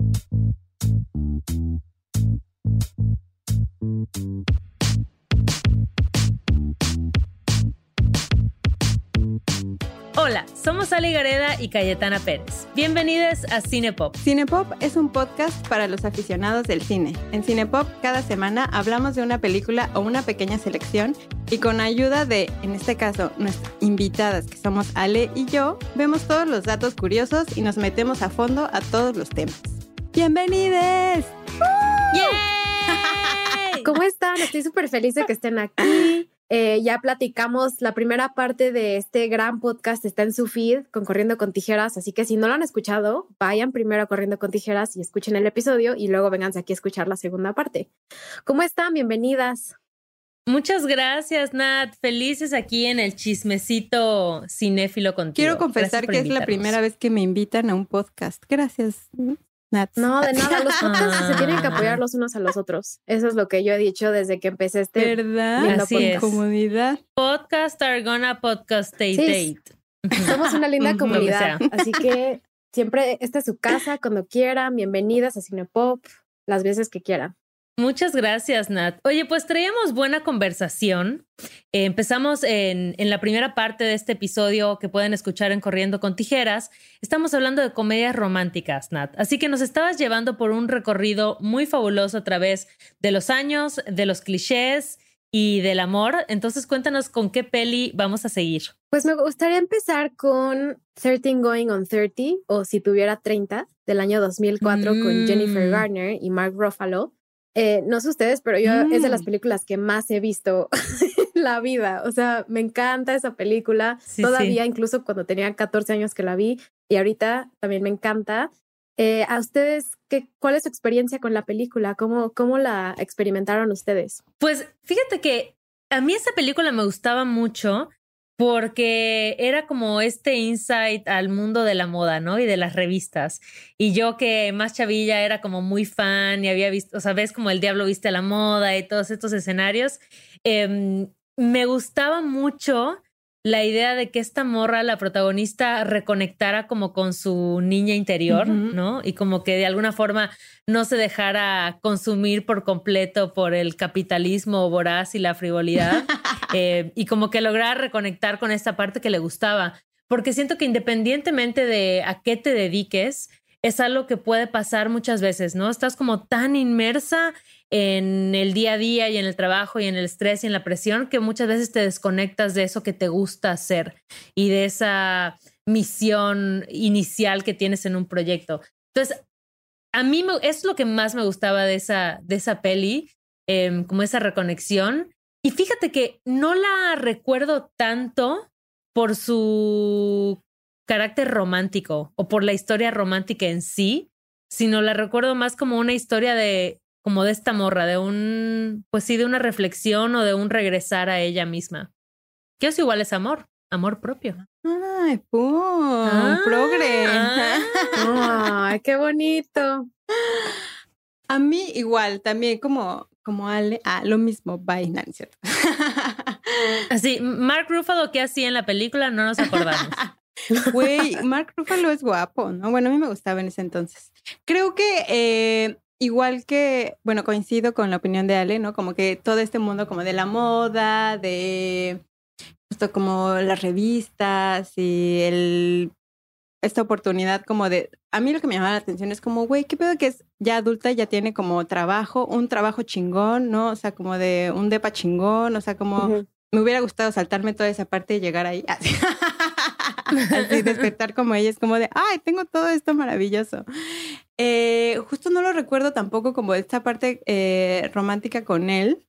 Hola, somos Ali Gareda y Cayetana Pérez. Bienvenidos a Cinepop. Cinepop es un podcast para los aficionados del cine. En Cinepop, cada semana hablamos de una película o una pequeña selección y con ayuda de, en este caso, nuestras invitadas, que somos Ale y yo, vemos todos los datos curiosos y nos metemos a fondo a todos los temas. ¡Bienvenides! ¡Yay! ¿Cómo están? Estoy súper feliz de que estén aquí. Ya platicamos la primera parte de este gran podcast, está en su feed con Corriendo con Tijeras, así que si no lo han escuchado, vayan primero a Corriendo con Tijeras y escuchen el episodio y luego vénganse aquí a escuchar la segunda parte. ¿Cómo están? Bienvenidas. Muchas gracias, Nat. Felices aquí en el chismecito cinéfilo contigo. Quiero confesar que es la primera vez que me invitan a un podcast. Gracias, Nat. No, de nada. Los podcasts se tienen que apoyar los unos a los otros. Eso es lo que yo he dicho desde que empecé este. ¿Verdad? Así es. Comunidad. Podcast are gonna podcast date. Sí, somos una linda comunidad. Así que siempre esta es su casa cuando quieran. Bienvenidas a Cinepop las veces que quieran. Muchas gracias, Nat. Oye, pues traíamos buena conversación. Empezamos en la primera parte de este episodio que pueden escuchar en Corriendo con Tijeras. Estamos hablando de comedias románticas, Nat. Así que nos estabas llevando por un recorrido muy fabuloso a través de los años, de los clichés y del amor. Entonces cuéntanos con qué peli vamos a seguir. Pues me gustaría empezar con 13 Going on 30 o Si tuviera 30 del año 2004 con Jennifer Garner y Mark Ruffalo. No sé ustedes, pero yo es de las películas que más he visto en la vida. O sea, me encanta esa película. Sí, todavía, sí. Incluso cuando tenía 14 años que la vi y ahorita también me encanta. ¿A ustedes cuál es su experiencia con la película? ¿Cómo la experimentaron ustedes? Pues fíjate que a mí esa película me gustaba mucho porque era como este insight al mundo de la moda, ¿no? Y de las revistas. Y yo que más chavilla era como muy fan y había visto, o sea, ves como El Diablo Viste a la Moda y todos estos escenarios. Me gustaba mucho la idea de que esta morra, la protagonista, reconectara como con su niña interior, ¿no? Y como que de alguna forma no se dejara consumir por completo por el capitalismo voraz y la frivolidad. Y como que lograra reconectar con esta parte que le gustaba. Porque siento que independientemente de a qué te dediques, es algo que puede pasar muchas veces, ¿no? Estás como tan inmersa en el día a día y en el trabajo y en el estrés y en la presión que muchas veces te desconectas de eso que te gusta hacer y de esa misión inicial que tienes en un proyecto. Entonces, a mí es lo que más me gustaba de esa peli, como esa reconexión. Y fíjate que no la recuerdo tanto por su carácter romántico o por la historia romántica en sí, sino la recuerdo más como una historia como de esta morra, de una reflexión o de un regresar a ella misma. Que eso igual es amor propio. ¡Ay, progre! ¡Ay, qué bonito! A mí igual, también como Ale, lo mismo, bye, no, ¿cierto? Así, Mark Ruffalo, ¿qué hacía en la película? No nos acordamos. Güey, Mark Ruffalo es guapo, ¿no? Bueno, a mí me gustaba en ese entonces. Creo que igual que, bueno, coincido con la opinión de Ale, ¿no? Como que todo este mundo como de la moda, de justo como las revistas y esta oportunidad como de... A mí lo que me llamaba la atención es como, güey, qué pedo que es ya adulta, ya tiene como un trabajo chingón, ¿no? O sea, como de un depa chingón, o sea, como me hubiera gustado saltarme toda esa parte y llegar ahí. Así, así despertar como ella, es como de, ay, tengo todo esto maravilloso. Justo no lo recuerdo tampoco como esta parte romántica con él.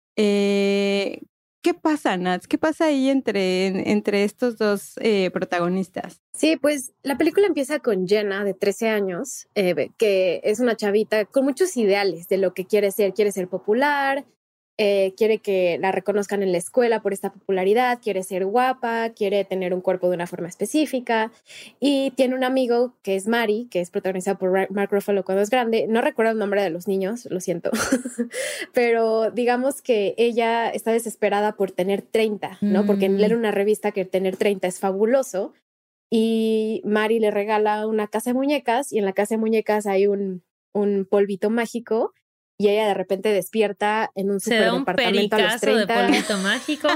¿Qué pasa, Nats? ¿Qué pasa ahí entre estos dos protagonistas? Sí, pues la película empieza con Jenna, de 13 años, que es una chavita con muchos ideales de lo que quiere ser. Quiere ser popular, quiere que la reconozcan en la escuela por esta popularidad, quiere ser guapa, quiere tener un cuerpo de una forma específica y tiene un amigo que es Mari, que es protagonizado por Mark Ruffalo cuando es grande. No recuerdo el nombre de los niños, lo siento, pero digamos que ella está desesperada por tener 30, ¿no? Porque leer una revista que tener 30 es fabuloso y Mari le regala una casa de muñecas y en la casa de muñecas hay un un polvito mágico y ella de repente despierta en un Se da un superdepartamento a los pericazo de 30. polvito mágico.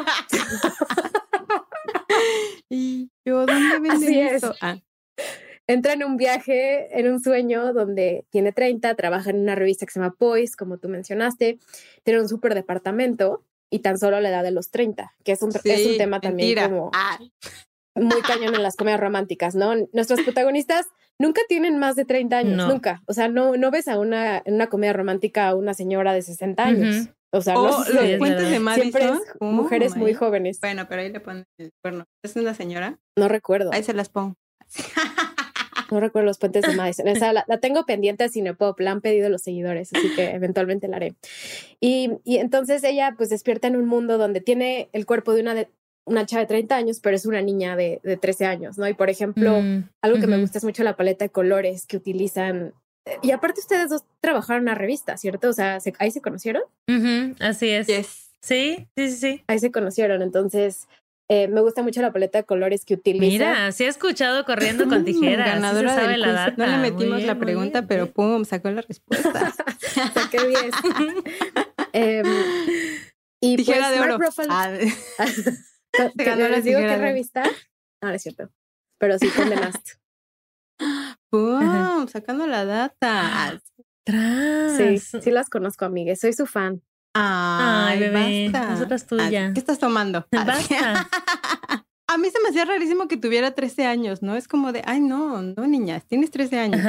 ¿Y yo dónde venden Así eso? es. Entra en un viaje, en un sueño donde tiene 30, trabaja en una revista que se llama Poise, como tú mencionaste, tiene un superdepartamento y tan solo a la edad de los 30, que es un tema también como muy cañón en las comedias románticas, ¿no? Nuestros protagonistas nunca tienen más de 30 años, nunca. O sea, no ves en una comedia romántica a una señora de 60 años. O sea, no los puentes de Madison. Siempre es mujeres muy jóvenes. Bueno, pero ahí le ponen el cuerno. ¿Es una señora? No recuerdo. Ahí se las pongo. No recuerdo los puentes de Madison. Esa la tengo pendiente a Cinepop, la han pedido los seguidores, así que eventualmente la haré. Y entonces ella pues despierta en un mundo donde tiene el cuerpo de una chava de 30 años, pero es una niña de 13 años, ¿no? Y por ejemplo, algo que me gusta es mucho la paleta de colores que utilizan. Y aparte ustedes dos trabajaron en una revista, ¿cierto? O sea, ¿ahí se conocieron? Así es. Yes. Sí. Ahí se conocieron, entonces... me gusta mucho la paleta de colores que utiliza. Mira, sí he escuchado Corriendo con Tijeras. Ganadora sí se sabe del la quiz. data. No le metimos bien, la pregunta, pero pum, sacó la respuesta. Saqué 10. Y Tijera pues de oro. Mark Ruffalo. ¿Les digo qué revista? No es cierto. Pero sí, condenaste. ¡Pum! Sacando la data. Sí las conozco, amigues. Soy su fan. Ay, bebé. Basta. Nosotras tuya. ¿Qué estás tomando? Basta. A mí se me hacía rarísimo que tuviera 13 años, ¿no? Es como de, ay, no, niñas, tienes 13 años.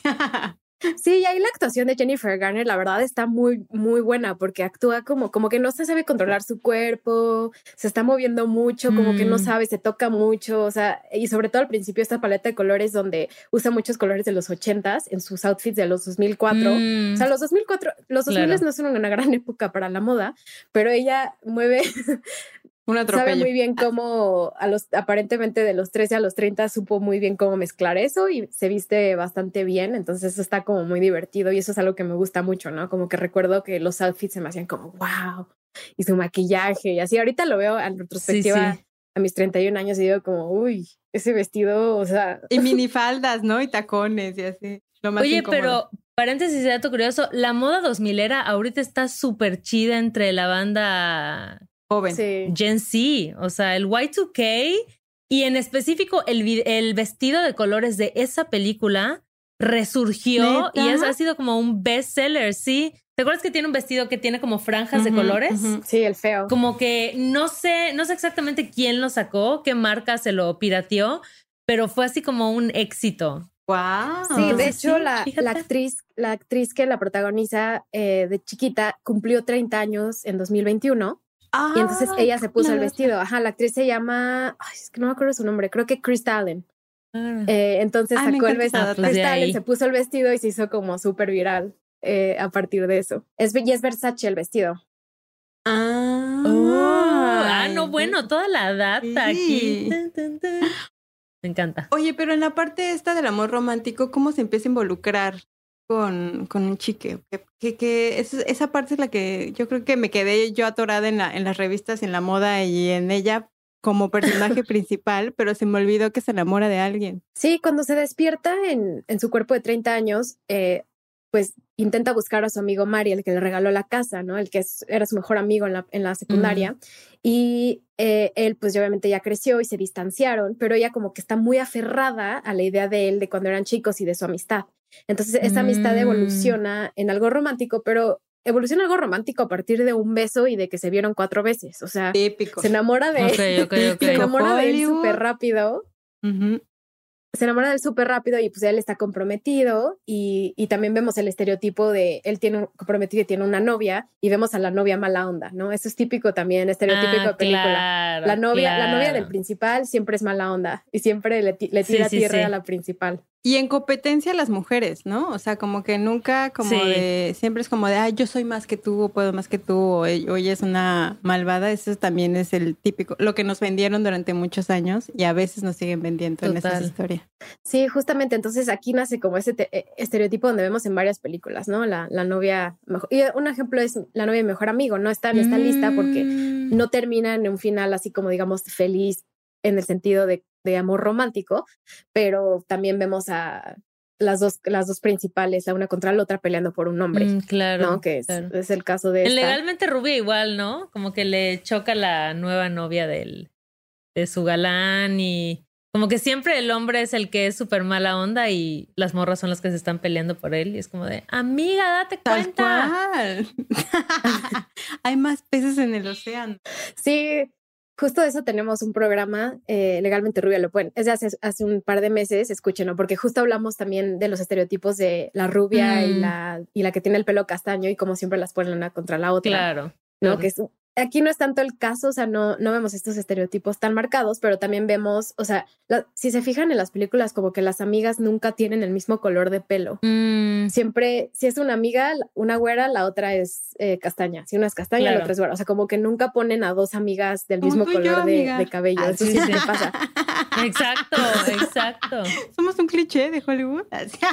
Sí, y ahí la actuación de Jennifer Garner, la verdad, está muy, muy buena porque actúa como que no se sabe controlar su cuerpo, se está moviendo mucho, como que no sabe, se toca mucho, o sea, y sobre todo al principio esta paleta de colores donde usa muchos colores de los 80s en sus outfits de los 2004. O sea, los 2000 no son una gran época para la moda, pero ella mueve... Sabe muy bien cómo aparentemente de los 13 a los 30 supo muy bien cómo mezclar eso y se viste bastante bien, entonces eso está como muy divertido y eso es algo que me gusta mucho, ¿no? Como que recuerdo que los outfits se me hacían como wow, y su maquillaje y así. Ahorita lo veo en retrospectiva a mis 31 años y digo como, uy, ese vestido, o sea... Y minifaldas, ¿no? Y tacones y así. Lo más incómodo. Pero paréntesis, dato curioso, la moda 2000era ahorita está súper chida entre la banda... joven. Sí. Gen Z, o sea, el Y2K y en específico el vestido de colores de esa película resurgió. ¿Neta? Y ha sido como un bestseller, ¿sí? ¿Te acuerdas que tiene un vestido que tiene como franjas de colores? Sí, el feo. Como que no sé exactamente quién lo sacó, qué marca se lo pirateó, pero fue así como un éxito. Wow. Sí, de hecho, la actriz que la protagoniza de chiquita cumplió 30 años en 2021. Y entonces ella se puso el vestido. Ajá, la actriz se llama... Ay, es que no me acuerdo su nombre. Creo que Chris Allen. Entonces sacó el vestido. Chris Allen se puso el vestido y se hizo como súper viral a partir de eso. Y es Versace el vestido. No, bueno, toda la data aquí. Me encanta. Oye, pero en la parte esta del amor romántico, ¿cómo se empieza a involucrar con un chique? Que esa parte es la que yo creo que me quedé yo atorada en las revistas, en la moda y en ella como personaje principal, pero se me olvidó que se enamora de alguien. Sí, cuando se despierta en su cuerpo de 30 años, pues intenta buscar a su amigo Mari, el que le regaló la casa, ¿no? El que era su mejor amigo en la secundaria. Y él, pues obviamente ya creció y se distanciaron, pero ella como que está muy aferrada a la idea de él de cuando eran chicos y de su amistad. Entonces esa amistad evoluciona en algo romántico, pero evoluciona algo romántico a partir de un beso y de que se vieron 4 veces. O sea, típico. Se enamora de se enamora de él súper rápido. Se enamora de él súper rápido y pues él está comprometido y también vemos el estereotipo de él tiene un comprometido y tiene una novia y vemos a la novia mala onda, ¿no? Eso es típico también, estereotípico de película. Claro, la novia del principal siempre es mala onda y siempre le tira tierra a la principal. Y en competencia las mujeres, ¿no? O sea, como que nunca siempre es como de, ay, yo soy más que tú, o puedo más que tú, o ella es una malvada. Eso también es el típico, lo que nos vendieron durante muchos años y a veces nos siguen vendiendo en esas historias. Sí, justamente, entonces aquí nace como ese estereotipo donde vemos en varias películas, ¿no? La novia mejor, y un ejemplo es la novia de mejor amigo, no está en esta lista porque no termina en un final así como digamos feliz en el sentido de amor romántico, pero también vemos a las dos principales, la una contra la otra, peleando por un hombre. Claro. ¿No? Que claro. es el caso de En esta. Legalmente Rubia igual, ¿no? Como que le choca la nueva novia de su galán y como que siempre el hombre es el que es súper mala onda y las morras son las que se están peleando por él y es como de, amiga, date Tal cuenta. cual. Hay más peces en el océano. Sí, justo de eso tenemos un programa, Legalmente Rubia, lo pueden, es de hace un par de meses, escúchenlo, porque justo hablamos también de los estereotipos de la rubia y la que tiene el pelo castaño y como siempre las ponen una contra la otra. Claro. ¿No? Claro. Que aquí no es tanto el caso, o sea, no vemos estos estereotipos tan marcados, pero también vemos, o sea, si se fijan en las películas, como que las amigas nunca tienen el mismo color de pelo. Siempre, si es una amiga, una güera, la otra es castaña. Si una es castaña, Claro. la otra es güera. O sea, como que nunca ponen a dos amigas del mismo color de cabello. Eso sí, siempre sí. pasa. Exacto. Somos un cliché de Hollywood.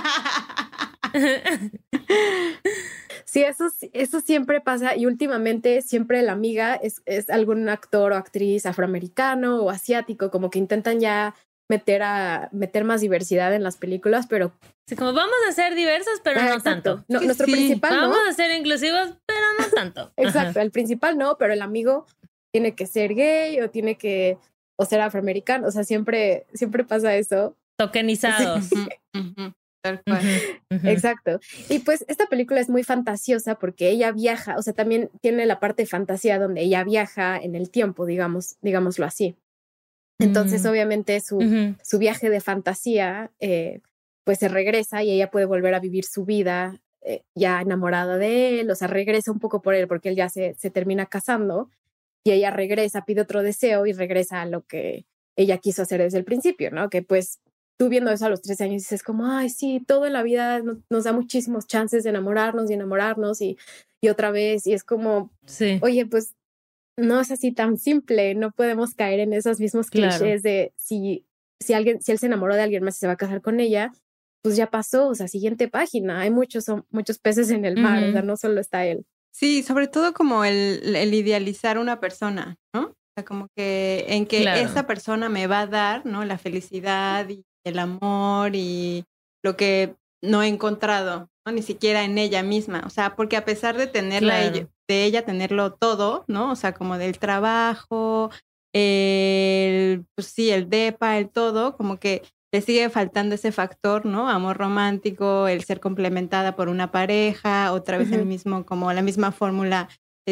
Sí, eso siempre pasa y últimamente siempre la amiga es algún actor o actriz afroamericano o asiático, como que intentan ya meter más diversidad en las películas, pero... Sí, como vamos a ser diversos, pero no tanto. No, nuestro principal no. Vamos a ser inclusivos, pero no tanto. Exacto, el principal no, pero el amigo tiene que ser gay o tiene que... o ser afroamericano, o sea, siempre pasa eso. Tokenizados. Tal cual. Exacto. Y pues esta película es muy fantasiosa porque ella viaja, o sea, también tiene la parte de fantasía donde ella viaja en el tiempo, digámoslo así. Entonces, obviamente, su viaje de fantasía, pues se regresa y ella puede volver a vivir su vida ya enamorada de él, o sea, regresa un poco por él porque él ya se termina casando y ella regresa, pide otro deseo y regresa a lo que ella quiso hacer desde el principio, ¿no? Que pues tú viendo eso a los 13 años dices como, ay, sí, todo en la vida nos da muchísimos chances de enamorarnos y otra vez. Y es como, oye, pues no es así tan simple. No podemos caer en esos mismos clichés de si él se enamoró de alguien más y se va a casar con ella, pues ya pasó, o sea, siguiente página. Hay muchos peces en el mar, o sea, no solo está él. Sí, sobre todo como el idealizar una persona, ¿no? O sea, como que en que esa persona me va a dar, ¿no? La felicidad y el amor y lo que no he encontrado, ¿no? Ni siquiera en ella misma. O sea, porque a pesar de tenerla de ella tenerlo todo, ¿no? O sea, como del trabajo, pues sí, el depa, el todo, como que le sigue faltando ese factor, ¿no? Amor romántico, el ser complementada por una pareja, otra vez el mismo, como la misma fórmula,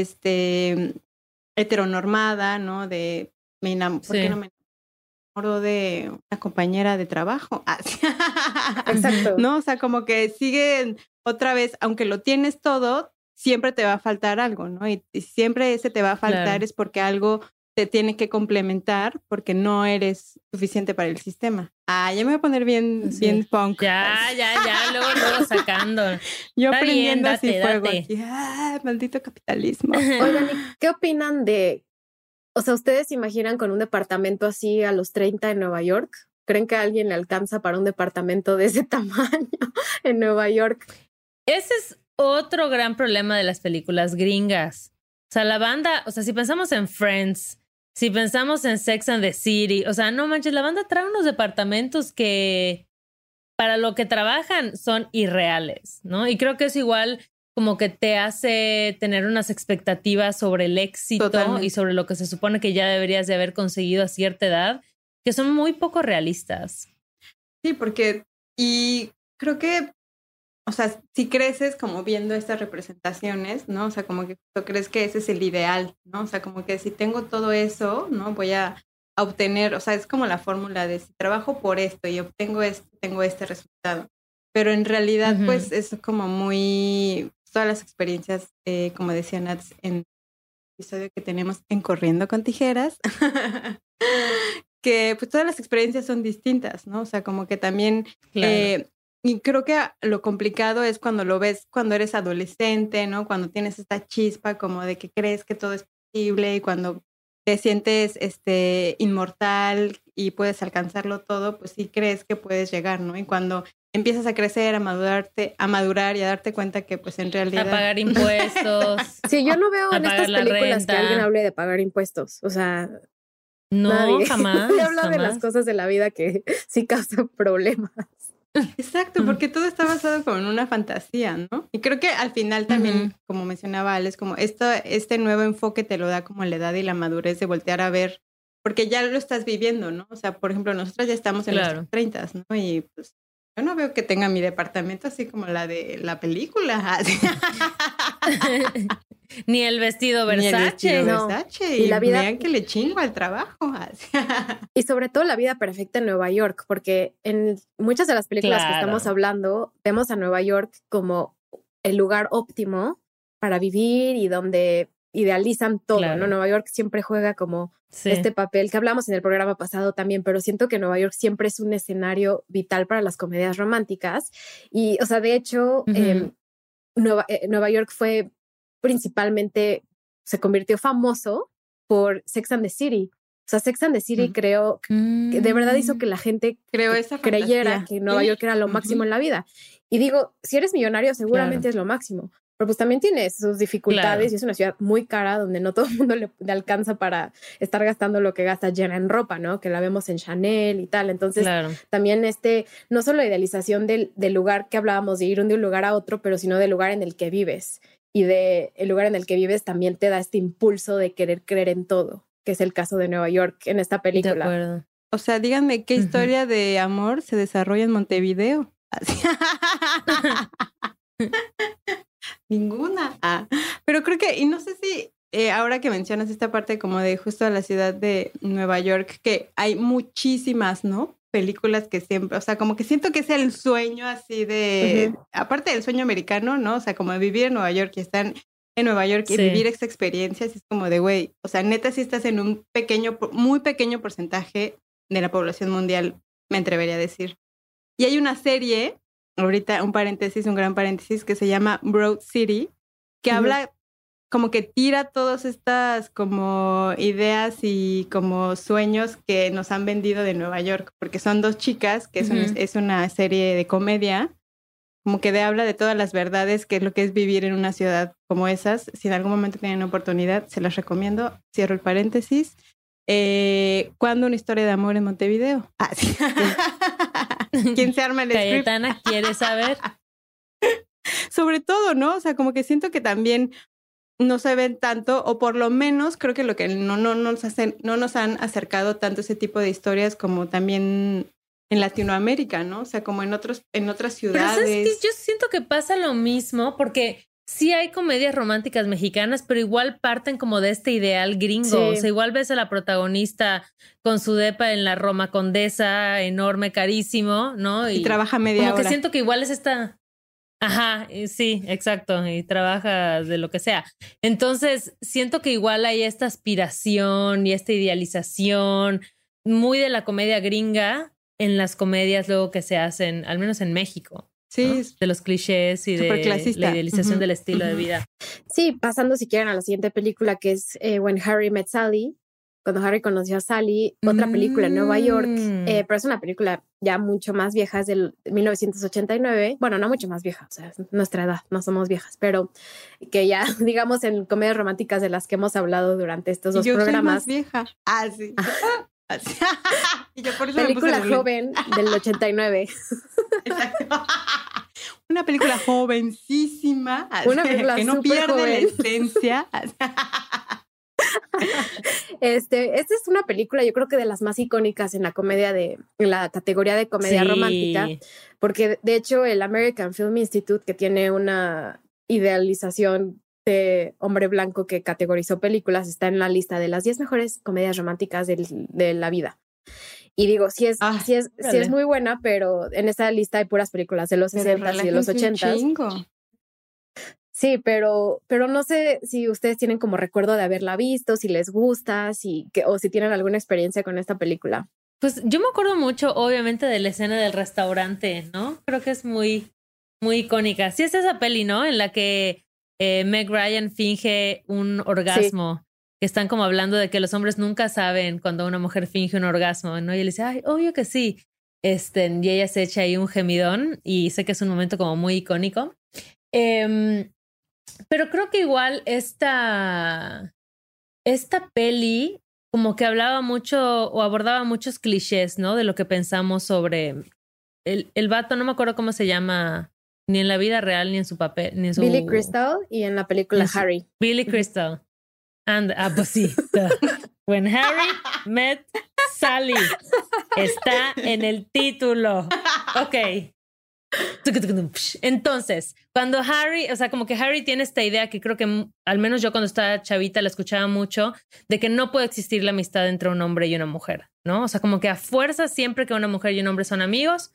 heteronormada, ¿no? De ¿por qué no me enamoro de una compañera de trabajo? Exacto. ¿No? O sea, como que siguen otra vez, aunque lo tienes todo, siempre te va a faltar algo, ¿no? Y siempre ese te va a faltar es porque algo te tiene que complementar porque no eres suficiente para el sistema. Ya me voy a poner bien punk. Ya, luego sacando. Yo Está prendiendo bien, así fuego date. aquí. Maldito capitalismo. Oigan, ¿qué opinan o sea, ustedes se imaginan con un departamento así a los 30 en Nueva York? ¿Creen que a alguien le alcanza para un departamento de ese tamaño en Nueva York? Ese es otro gran problema de las películas gringas. O sea, la banda, o sea, si pensamos en Friends, si pensamos en Sex and the City, o sea, no manches, la banda trae unos departamentos que para lo que trabajan son irreales, ¿no? Y creo que es igual como que te hace tener unas expectativas sobre el éxito y sobre lo que se supone que ya deberías de haber conseguido a cierta edad, que son muy poco realistas. Sí, porque, y creo que, o sea, si creces como viendo estas representaciones, ¿no? O sea, como que tú crees que ese es el ideal, ¿no? O sea, como que si tengo todo eso, ¿no? Voy a obtener, o sea, es como la fórmula de si trabajo por esto y obtengo esto, tengo este resultado. Pero en realidad, pues, es como muy, todas las experiencias, como decía Nats en el episodio que tenemos en Corriendo con Tijeras, que pues todas las experiencias son distintas, ¿no? O sea, como que también... y creo que lo complicado es cuando lo ves cuando eres adolescente, ¿no? Cuando tienes esta chispa como de que crees que todo es posible y cuando te sientes inmortal y puedes alcanzarlo todo, pues sí crees que puedes llegar, ¿no? Y cuando empiezas a crecer, a madurar y a darte cuenta que pues en realidad... A pagar impuestos. Sí, yo no veo en estas películas que alguien hable de pagar impuestos. O sea... No, nadie. jamás. Se habla de las cosas de la vida que sí causan problemas. Exacto, porque todo está basado como en una fantasía, ¿no? Y creo que al final también, como mencionaba Alex, como este nuevo enfoque te lo da como la edad y la madurez de voltear a ver, porque ya lo estás viviendo, ¿no? O sea, por ejemplo, nosotras ya estamos en nuestros 30, ¿no? Y pues yo no veo que tenga mi departamento así como la de la película. Así. Ni el vestido Versace. Versace. Y la vida, vean que le chingo al trabajo. Así. Y sobre todo la vida perfecta en Nueva York, porque en muchas de las películas que estamos hablando, vemos a Nueva York como el lugar óptimo para vivir y donde idealizan todo, ¿no? Nueva York siempre juega como este papel que hablamos en el programa pasado también, pero siento que Nueva York siempre es un escenario vital para las comedias románticas. Y, o sea, de hecho, Nueva York fue principalmente, se convirtió famoso por Sex and the City. O sea, Sex and the City creo que de verdad hizo que la gente creyera que Nueva York era lo máximo en la vida. Y digo, si eres millonario, seguramente es lo máximo. Pero pues también tiene sus dificultades y es una ciudad muy cara donde no todo el mundo le alcanza para estar gastando lo que gasta Jenna en ropa, ¿no? Que la vemos en Chanel y tal. Entonces también no solo la idealización del lugar que hablábamos de ir de un lugar a otro, pero sino del lugar en el que vives. Y el lugar en el que vives también te da este impulso de querer creer en todo, que es el caso de Nueva York en esta película. De acuerdo. O sea, díganme, ¿qué historia de amor se desarrolla en Montevideo? Ninguna. Pero creo que, y no sé si ahora que mencionas esta parte como de justo la ciudad de Nueva York, que hay muchísimas, ¿no? Películas que siempre, o sea, como que siento que es el sueño así de, aparte del sueño americano, ¿no? O sea, como vivir en Nueva York y estar en Nueva York y vivir esta experiencia, así es como de, güey, o sea, neta si estás en un muy pequeño porcentaje de la población mundial, me atrevería a decir. Y hay una serie, ahorita un gran paréntesis, que se llama Broad City, que habla como que tira todas estas como ideas y como sueños que nos han vendido de Nueva York, porque son dos chicas, que es una serie de comedia, como que habla de todas las verdades, que es lo que es vivir en una ciudad como esas. Si en algún momento tienen oportunidad, se las recomiendo. Cierro el paréntesis. ¿Cuándo una historia de amor en Montevideo? Sí. ¿Quién se arma el script? Cayetana quiere saber. Sobre todo, ¿no? O sea, como que siento que también no se ven tanto, o por lo menos creo que lo que no nos han acercado tanto ese tipo de historias como también en Latinoamérica, ¿no? O sea, como en otras ciudades. Pero ¿sabes qué? Yo siento que pasa lo mismo porque sí hay comedias románticas mexicanas, pero igual parten como de este ideal gringo. Sí. O sea, igual ves a la protagonista con su depa en la Roma Condesa, enorme, carísimo, ¿no? Y trabaja media hora. Como que siento que igual es esta... Ajá, sí, exacto, y trabaja de lo que sea. Entonces, siento que igual hay esta aspiración y esta idealización muy de la comedia gringa en las comedias luego que se hacen, al menos en México. Sí, ¿no? De los clichés y de la idealización del estilo de vida. Sí, pasando si quieren a la siguiente película que es When Harry Met Sally, cuando Harry conoció a Sally, otra película en Nueva York, pero es una película ya mucho más vieja, es del 1989, bueno, no mucho más vieja, o sea, es nuestra edad, no somos viejas, pero que ya, digamos, en comedias románticas de las que hemos hablado durante estos dos programas. Yo soy más vieja. Sí. Y yo por eso película joven del 89. Exacto. Una película jovencísima. Una película que no pierde joven. La esencia. Esta es una película, yo creo que de las más icónicas en la categoría de comedia romántica, porque de hecho el American Film Institute, que tiene una idealización de hombre blanco que categorizó películas, está en la lista de las 10 mejores comedias románticas de la vida. Y digo, sí es muy buena, pero en esa lista hay puras películas de los 60s y de los 80s. Sí, pero no sé si ustedes tienen como recuerdo de haberla visto, si les gusta, o si tienen alguna experiencia con esta película. Pues yo me acuerdo mucho, obviamente, de la escena del restaurante, ¿no? Creo que es muy, muy icónica. Sí es esa peli, ¿no? En la que Meg Ryan finge un orgasmo. Sí. Que están como hablando de que los hombres nunca saben cuando una mujer finge un orgasmo, ¿no? Y él dice, ay, obvio que sí. Y ella se echa ahí un gemidón y sé que es un momento como muy icónico. Pero creo que igual esta peli como que hablaba mucho o abordaba muchos clichés, ¿no? De lo que pensamos sobre el vato, no me acuerdo cómo se llama, ni en la vida real, ni en su papel, ni en su... Billy Crystal y en la película Harry. Billy Crystal. Pues sí. When Harry met Sally. Está en el título. Ok. Entonces, cuando Harry, o sea, como que Harry tiene esta idea que creo que al menos yo cuando estaba chavita la escuchaba mucho, de que no puede existir la amistad entre un hombre y una mujer, ¿no? O sea, como que a fuerza siempre que una mujer y un hombre son amigos,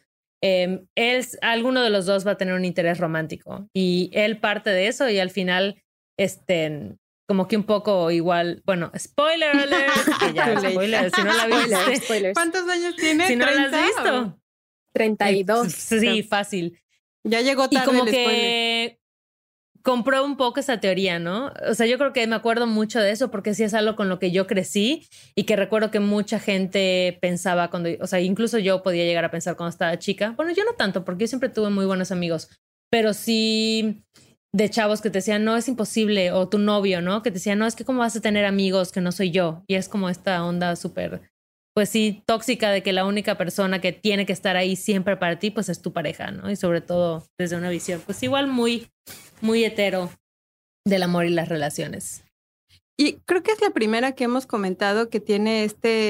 alguno de los dos va a tener un interés romántico y él parte de eso y al final, como que un poco igual, bueno, spoiler alert, que ya, spoiler, si no la viste. Spoilers. ¿Cuántos años tiene? Si no 30, la has visto. 32. Sí, fácil. Ya llegó tarde y como el que spoiler. compró un poco esa teoría, ¿no? O sea, yo creo que me acuerdo mucho de eso porque sí es algo con lo que yo crecí y que recuerdo que mucha gente pensaba cuando, o sea, incluso yo podía llegar a pensar cuando estaba chica. Bueno, yo no tanto porque yo siempre tuve muy buenos amigos, pero sí de chavos que te decían, no, es imposible, o tu novio, ¿no? Que te decían, no, es que cómo vas a tener amigos que no soy yo. Y es como esta onda súper, pues sí, tóxica de que la única persona que tiene que estar ahí siempre para ti, pues es tu pareja, ¿no? Y sobre todo desde una visión, pues igual muy, muy hetero del amor y las relaciones. Y creo que es la primera que hemos comentado que tiene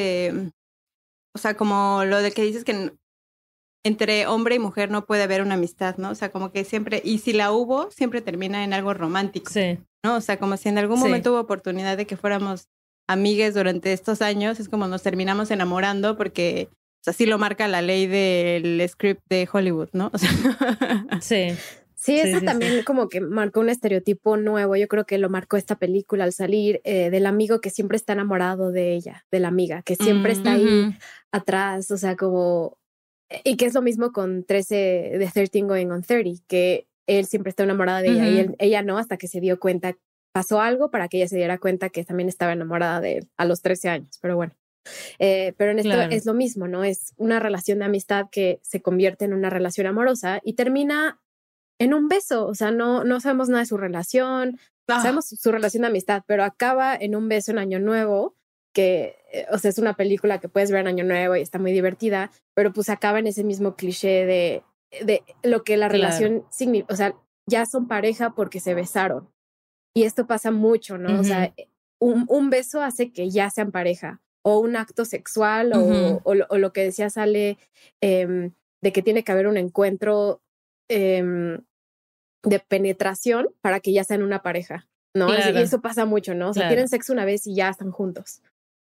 o sea, como lo de que dices que entre hombre y mujer no puede haber una amistad, ¿no? O sea, como que siempre, y si la hubo, siempre termina en algo romántico, sí, ¿no? O sea, como si en algún momento hubo oportunidad de que fuéramos amigues durante estos años, es como nos terminamos enamorando porque, o sea, sí lo marca la ley del script de Hollywood, ¿no? O sea, sí. Sí, eso también como que marcó un estereotipo nuevo. Yo creo que lo marcó esta película al salir, del amigo que siempre está enamorado de ella, de la amiga, que siempre está ahí atrás, o sea, como... Y que es lo mismo con 13 de 13 Going on 30, que él siempre está enamorado de ella y ella no, hasta que se dio cuenta, pasó algo para que ella se diera cuenta que también estaba enamorada de él a los 13 años, pero bueno. Pero en esto es lo mismo, ¿no? Es una relación de amistad que se convierte en una relación amorosa y termina en un beso. O sea, no sabemos nada de su relación, sabemos su relación de amistad, pero acaba en un beso en Año Nuevo, que, o sea, es una película que puedes ver en Año Nuevo y está muy divertida, pero pues acaba en ese mismo cliché de lo que la relación significa. O sea, ya son pareja porque se besaron. Y esto pasa mucho, ¿no? O sea, un beso hace que ya sean pareja, o un acto sexual, o lo que decía Sale, de que tiene que haber un encuentro de penetración para que ya sean una pareja, ¿no? Y eso pasa mucho, ¿no? O sea, tienen sexo una vez y ya están juntos.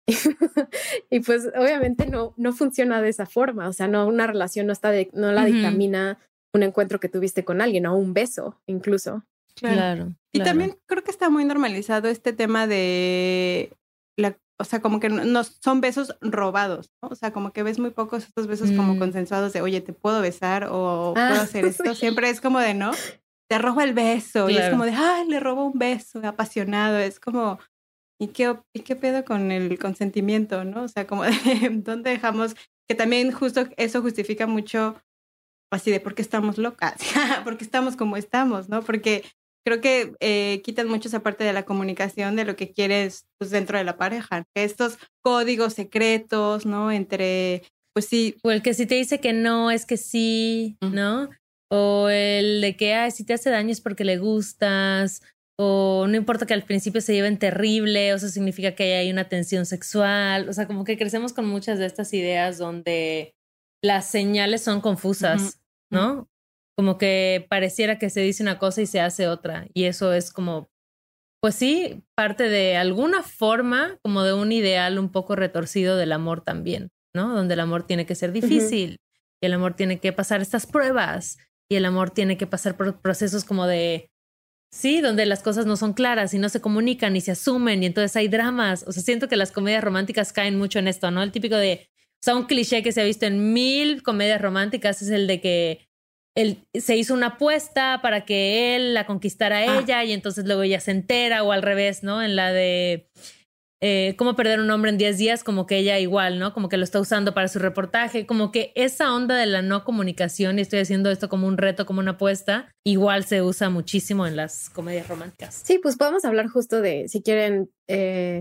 Y pues obviamente no funciona de esa forma. O sea, no, una relación no la dictamina un encuentro que tuviste con alguien, o un beso incluso. Claro. Y también creo que está muy normalizado este tema de o sea, como que no son besos robados, ¿no? O sea, como que ves muy pocos estos besos como consensuados de, oye, ¿te puedo besar? O ¿puedo hacer esto? Siempre es como de, ¿no? Te roba el beso. Y es como de, ¡ay, le robó un beso! Apasionado. Es como, ¿y qué pedo con el consentimiento, no? O sea, como de, ¿dónde dejamos? Que también justo eso justifica mucho así de por qué estamos locas, por qué estamos como estamos, ¿no? Porque creo que quitan mucho esa parte de la comunicación de lo que quieres pues, dentro de la pareja. Que estos códigos secretos, ¿no? Entre, pues sí. O el que si te dice que no, es que sí, ¿no? O el de que, ay, si te hace daño es porque le gustas. O no importa que al principio se lleven terrible, o eso significa que hay una tensión sexual. O sea, como que crecemos con muchas de estas ideas donde las señales son confusas, ¿no? Como que pareciera que se dice una cosa y se hace otra. Y eso es como, pues sí, parte de alguna forma, como de un ideal un poco retorcido del amor también, ¿no? Donde el amor tiene que ser difícil y el amor tiene que pasar estas pruebas y el amor tiene que pasar por procesos como de, sí, donde las cosas no son claras y no se comunican y se asumen y entonces hay dramas. O sea, siento que las comedias románticas caen mucho en esto, ¿no? El típico de, o sea, un cliché que se ha visto en 1000 comedias románticas es el de que él se hizo una apuesta para que él la conquistara a ella y entonces luego ella se entera, o al revés, ¿no? En la de cómo perder un hombre en 10 días, como que ella igual, ¿no? Como que lo está usando para su reportaje, como que esa onda de la no comunicación, y estoy haciendo esto como un reto, como una apuesta, igual se usa muchísimo en las comedias románticas. Sí, pues podemos hablar justo de, si quieren,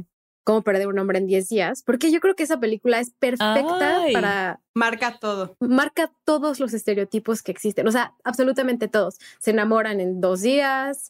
Cómo perder un hombre en 10 días, porque yo creo que esa película es perfecta para... Marca todo. Marca todos los estereotipos que existen, o sea, absolutamente todos. Se enamoran en 2 días,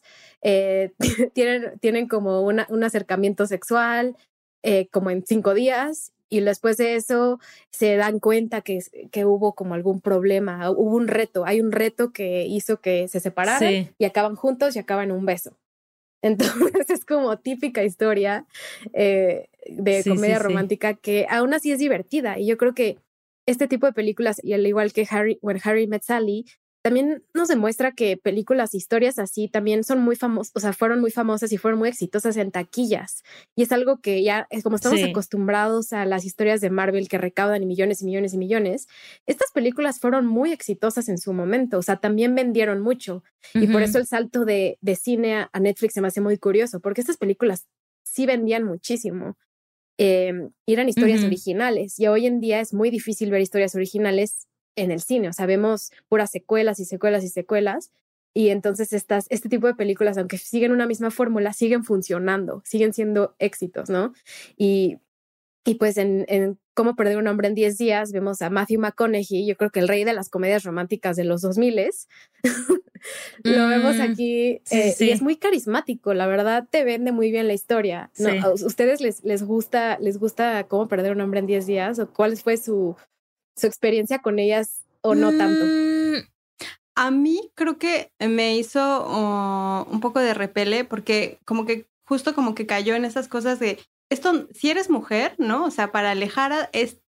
tienen como un acercamiento sexual como en 5 días, y después de eso se dan cuenta que hubo como algún problema, hubo un reto, hay un reto que hizo que se separaran y acaban juntos y acaban en un beso. Entonces es como típica historia de comedia romántica que aún así es divertida. Y yo creo que este tipo de películas, y al igual que When Harry Met Sally, también nos demuestra que películas, historias así también son muy famosas, o sea, fueron muy famosas y fueron muy exitosas en taquillas. Y es algo que ya, es como estamos acostumbrados a las historias de Marvel que recaudan millones y millones y millones. Estas películas fueron muy exitosas en su momento, o sea, también vendieron mucho. Y por eso el salto de cine a Netflix se me hace muy curioso, porque estas películas sí vendían muchísimo. Eran historias originales, y hoy en día es muy difícil ver historias originales en el cine, o sea, vemos puras secuelas y secuelas y secuelas, y entonces este tipo de películas, aunque siguen una misma fórmula, siguen funcionando, siguen siendo éxitos, ¿no? Y pues en Cómo perder un hombre en 10 días vemos a Matthew McConaughey, yo creo que el rey de las comedias románticas de los 2000s. Lo vemos aquí y es muy carismático, la verdad te vende muy bien la historia. ¿No? ¿A ustedes les gusta Cómo perder un hombre en 10 días? ¿O cuál fue su experiencia con ellas o no tanto? A mí creo que me hizo un poco de repele porque como que justo como que cayó en esas cosas de esto, si eres mujer, ¿no? O sea, para alejar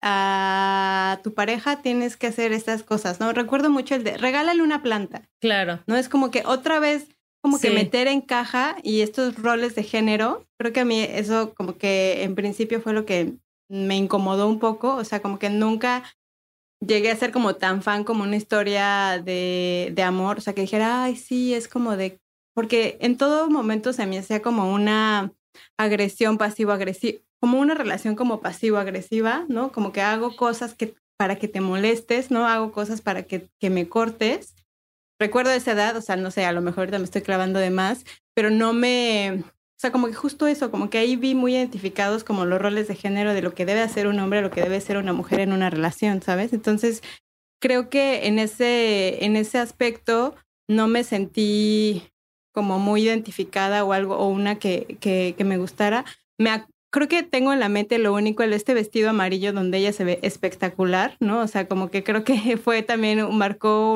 a tu pareja tienes que hacer estas cosas, ¿no? Recuerdo mucho el de regálale una planta. Claro. No es como que otra vez como que meter en caja y estos roles de género. Creo que a mí eso como que en principio fue lo que me incomodó un poco. O sea, como que nunca llegué a ser como tan fan como una historia de amor. O sea, que dijera, ay, sí, es como de... Porque en todo momento se me hacía como una agresión pasivo-agresiva, como una relación como pasivo-agresiva, ¿no? Como que hago cosas para que te molestes, ¿no? Hago cosas para que me cortes. Recuerdo esa edad, o sea, no sé, a lo mejor ahorita me estoy clavando de más, pero no me... O sea, como que justo eso, como que ahí vi muy identificados como los roles de género de lo que debe hacer un hombre, lo que debe ser una mujer en una relación, ¿sabes? Entonces, creo que en ese aspecto no me sentí como muy identificada o algo, o una que me gustara. Creo que tengo en la mente lo único, este vestido amarillo donde ella se ve espectacular, ¿no? O sea, como que creo que fue también, marcó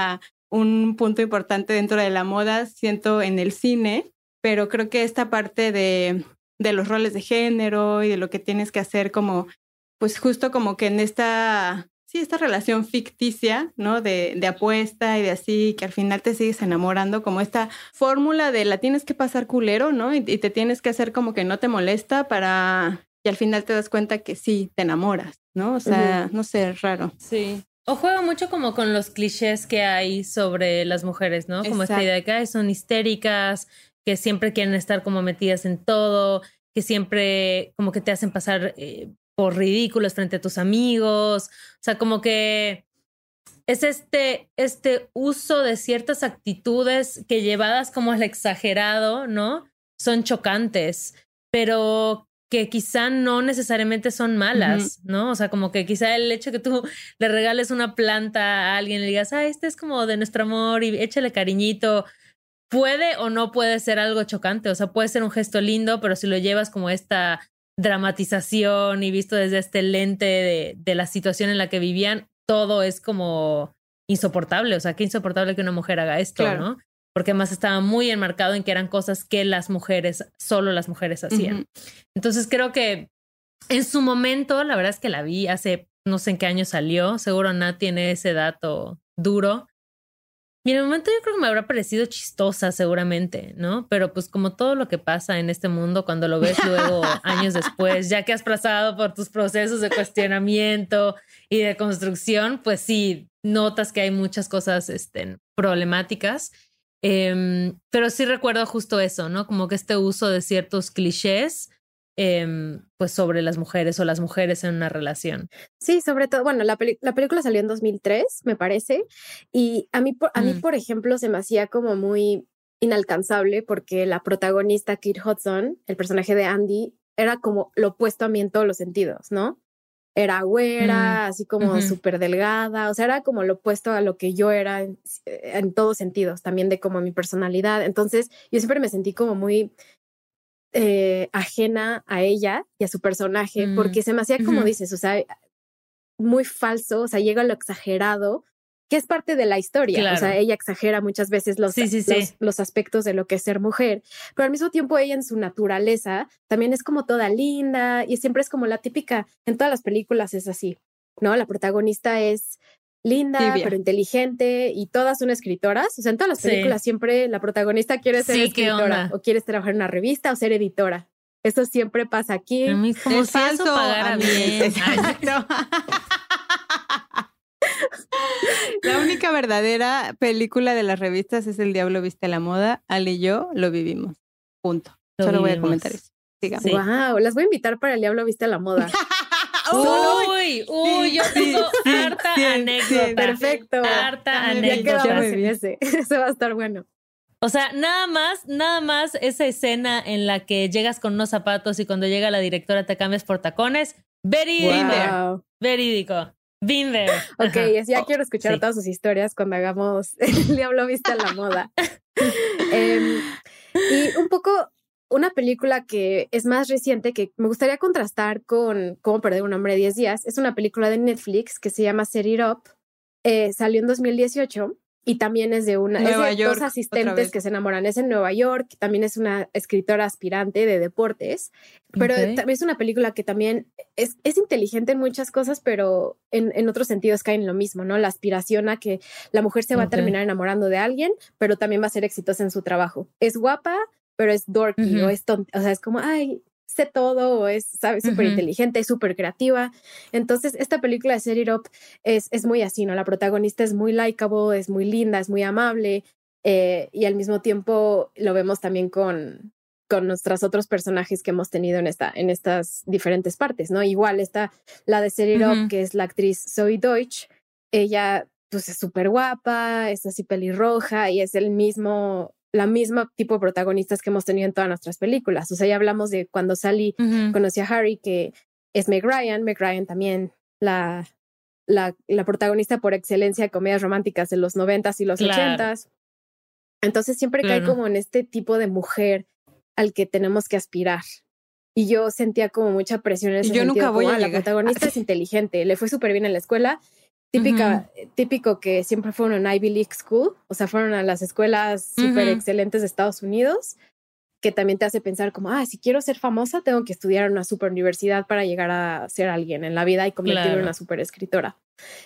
un punto importante dentro de la moda, siento, en el cine, pero creo que esta parte de los roles de género y de lo que tienes que hacer como, pues justo como que en esta relación ficticia, ¿no? De apuesta y de así, que al final te sigues enamorando, como esta fórmula de la tienes que pasar culero, ¿no? Y te tienes que hacer como que no te molesta y al final te das cuenta que sí, te enamoras, ¿no? O sea, no sé, es raro. Sí. O juega mucho como con los clichés que hay sobre las mujeres, ¿no? Como esta idea de que son histéricas, que siempre quieren estar como metidas en todo, que siempre como que te hacen pasar... por ridículos frente a tus amigos, o sea, como que es este uso de ciertas actitudes que llevadas como al exagerado, ¿no? Son chocantes, pero que quizá no necesariamente son malas, ¿no? O sea, como que quizá el hecho que tú le regales una planta a alguien y le digas, este es como de nuestro amor y échale cariñito, puede o no puede ser algo chocante, o sea, puede ser un gesto lindo, pero si lo llevas como esta dramatización y visto desde este lente de la situación en la que vivían, todo es como insoportable. O sea, qué insoportable que una mujer haga esto, claro, ¿no? Porque además estaba muy enmarcado en que eran cosas que solo las mujeres hacían. Entonces creo que en su momento, la verdad es que la vi hace, no sé en qué año salió, seguro Nat tiene ese dato duro. Y en el momento yo creo que me habrá parecido chistosa seguramente, ¿no? Pero pues como todo lo que pasa en este mundo, cuando lo ves luego años después, ya que has pasado por tus procesos de cuestionamiento y de construcción, pues sí, notas que hay muchas cosas problemáticas. Pero sí recuerdo justo eso, ¿no? Como que este uso de ciertos clichés pues sobre las mujeres o las mujeres en una relación. Sí, sobre todo, bueno, la película salió en 2003, me parece, y a mí, por ejemplo, se me hacía como muy inalcanzable porque la protagonista, Kate Hudson, el personaje de Andy, era como lo opuesto a mí en todos los sentidos, ¿no? Era güera, así como súper delgada, o sea, era como lo opuesto a lo que yo era en todos sentidos, también de como mi personalidad. Entonces, yo siempre me sentí como muy ajena a ella y a su personaje, porque se me hacía, como dices, o sea, muy falso, o sea, llega a lo exagerado, que es parte de la historia. Claro. O sea, ella exagera muchas veces los aspectos de lo que es ser mujer, pero al mismo tiempo ella en su naturaleza también es como toda linda y siempre es como la típica, en todas las películas es así, ¿no? La protagonista es linda, pero inteligente y todas son escritoras. O sea, en todas las películas siempre la protagonista quiere ser escritora o quiere trabajar en una revista o ser editora. Eso siempre pasa aquí. A mí como si eso pagara bien. Exacto. La única verdadera película de las revistas es El Diablo Viste a la Moda. Ale y yo lo vivimos. Punto. Solo voy a comentar eso. Sigamos. Wow, las voy a invitar para El Diablo Viste a la Moda. Yo tengo harta anécdota. Perfecto. Harta anécdota. Eso va a estar bueno. O sea, nada más esa escena en la que llegas con unos zapatos y cuando llega la directora te cambias por tacones. Verídico. Been there. Ok, ya quiero escuchar todas sus historias cuando hagamos El Diablo Viste a la Moda. Y un poco una película que es más reciente, que me gustaría contrastar con Cómo perder un hombre en 10 días. Es una película de Netflix que se llama Set It Up. Salió en 2018 y también es de dos asistentes que se enamoran. Es en Nueva York, también es una escritora aspirante de deportes, pero también es una película que también es inteligente en muchas cosas, pero en otros sentidos cae en lo mismo, ¿no? La aspiración a que la mujer se va a terminar enamorando de alguien, pero también va a ser exitosa en su trabajo. Es guapa, pero es dorky o es tonta, o sea, es como, ay, sé todo, o es, ¿sabes? Súper inteligente, es súper creativa. Entonces, esta película de Set It Up es muy así, ¿no? La protagonista es muy likable, es muy linda, es muy amable, y al mismo tiempo lo vemos también con nuestros otros personajes que hemos tenido en estas diferentes partes, ¿no? Igual está la de Set It Up, que es la actriz Zoe Deutsch. Ella, pues, es súper guapa, es así pelirroja y es la misma tipo de protagonistas que hemos tenido en todas nuestras películas. O sea, ya hablamos de cuando Sally conocí a Harry, que es Meg Ryan. Meg Ryan también, la protagonista por excelencia de comedias románticas de los 90s y los 80s. Entonces siempre cae como en este tipo de mujer al que tenemos que aspirar. Y yo sentía como mucha presión en ese sentido. Yo nunca voy a la protagonista es inteligente, le fue súper bien en la escuela. Típico que siempre fueron en Ivy League School, o sea, fueron a las escuelas súper excelentes de Estados Unidos, que también te hace pensar como, si quiero ser famosa, tengo que estudiar en una super universidad para llegar a ser alguien en la vida y convertirme en una super escritora.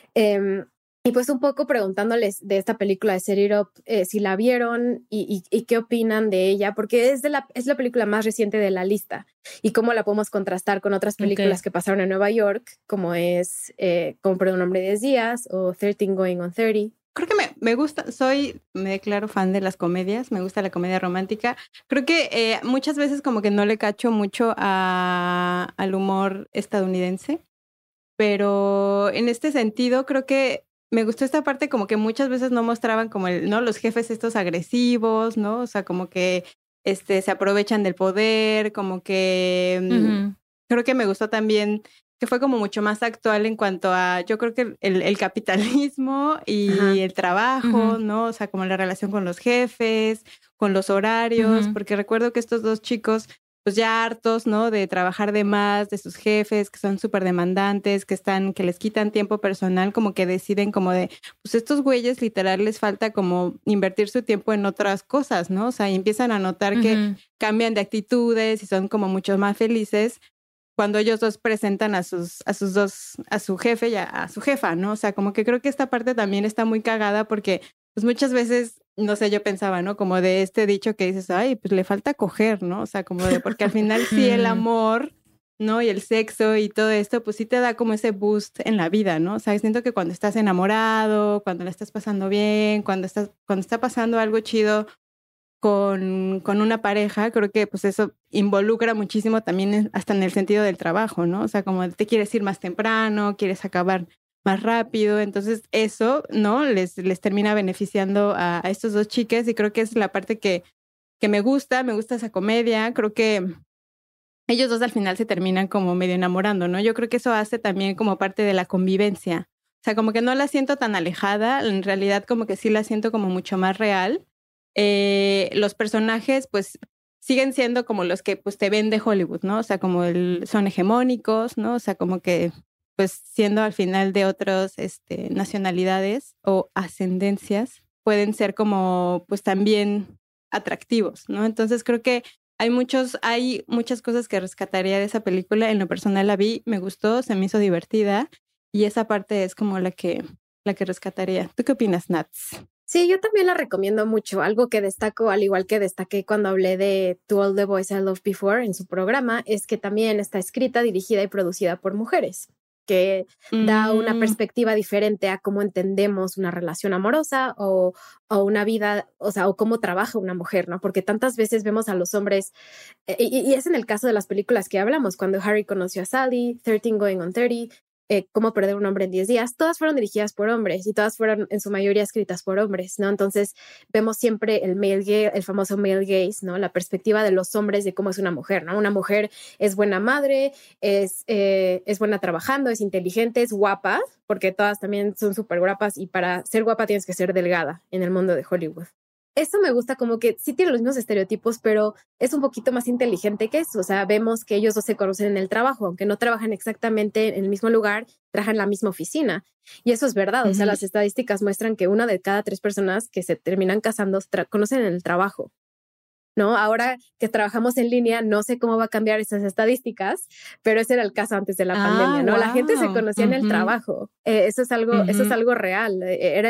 Y pues un poco preguntándoles de esta película de Set It Up, si la vieron y qué opinan de ella, porque es la película más reciente de la lista y cómo la podemos contrastar con otras películas que pasaron en Nueva York, como es Cómo perder un hombre en 10 días o 13 Going on 30. Creo que me gusta, me declaro fan de las comedias, me gusta la comedia romántica. Creo que muchas veces como que no le cacho mucho al humor estadounidense, pero en este sentido creo que me gustó esta parte como que muchas veces no mostraban como ¿no? Los jefes estos agresivos, ¿no? O sea, como que se aprovechan del poder, como que creo que me gustó también que fue como mucho más actual en cuanto a, yo creo que el capitalismo y el trabajo, ¿no? O sea, como la relación con los jefes, con los horarios, porque recuerdo que estos dos chicos pues ya hartos, ¿no? De trabajar de más, de sus jefes, que son súper demandantes, que les quitan tiempo personal, como que deciden como de, pues estos güeyes literal les falta como invertir su tiempo en otras cosas, ¿no? O sea, y empiezan a notar que cambian de actitudes y son como mucho más felices cuando ellos dos presentan a su jefe y a su jefa, ¿no? O sea, como que creo que esta parte también está muy cagada porque pues muchas veces, no sé, yo pensaba, ¿no? Como de este dicho que dices, ay, pues le falta coger, ¿no? O sea, como de, porque al final sí el amor, ¿no? Y el sexo y todo esto, pues sí te da como ese boost en la vida, ¿no? O sea, siento que cuando estás enamorado, cuando la estás pasando bien, cuando está pasando algo chido con una pareja, creo que pues eso involucra muchísimo también hasta en el sentido del trabajo, ¿no? O sea, como te quieres ir más temprano, quieres acabar más rápido, entonces eso, ¿no? Les termina beneficiando a estos dos chicas y creo que es la parte que me gusta esa comedia, creo que ellos dos al final se terminan como medio enamorando, ¿no? Yo creo que eso hace también como parte de la convivencia. O sea, como que no la siento tan alejada, en realidad como que sí la siento como mucho más real. Los personajes, pues, siguen siendo como los que pues te ven de Hollywood, ¿no? O sea, como son hegemónicos, ¿no? O sea, como que pues siendo al final de otras nacionalidades o ascendencias, pueden ser como pues también atractivos, ¿no? Entonces creo que hay muchas cosas que rescataría de esa película. En lo personal la vi, me gustó, se me hizo divertida y esa parte es como la que rescataría. ¿Tú qué opinas, Nats? Sí, yo también la recomiendo mucho. Algo que destaco, al igual que destaqué cuando hablé de To All the Boys I Loved Before en su programa, es que también está escrita, dirigida y producida por mujeres, que da una perspectiva diferente a cómo entendemos una relación amorosa o una vida, o sea, o cómo trabaja una mujer, ¿no? Porque tantas veces vemos a los hombres, y es en el caso de las películas que hablamos, cuando Harry conoció a Sally, 13 Going on 30, Cómo perder un hombre en 10 días, todas fueron dirigidas por hombres y todas fueron en su mayoría escritas por hombres, ¿no? Entonces vemos siempre el famoso male gaze, ¿no? La perspectiva de los hombres de cómo es una mujer, ¿no? Una mujer es buena madre, es buena trabajando, es inteligente, es guapa, porque todas también son súper guapas y para ser guapa tienes que ser delgada en el mundo de Hollywood. Esto me gusta, como que sí tiene los mismos estereotipos, pero es un poquito más inteligente que eso. O sea, vemos que ellos dos se conocen en el trabajo, aunque no trabajan exactamente en el mismo lugar, trabajan en la misma oficina. Y eso es verdad. O sea, las estadísticas muestran que 1 de cada 3 personas que se terminan casando conocen en el trabajo, ¿no? Ahora que trabajamos en línea, no sé cómo va a cambiar esas estadísticas, pero ese era el caso antes de la pandemia, ¿no? Wow. La gente se conocía en el trabajo. Eso es algo real.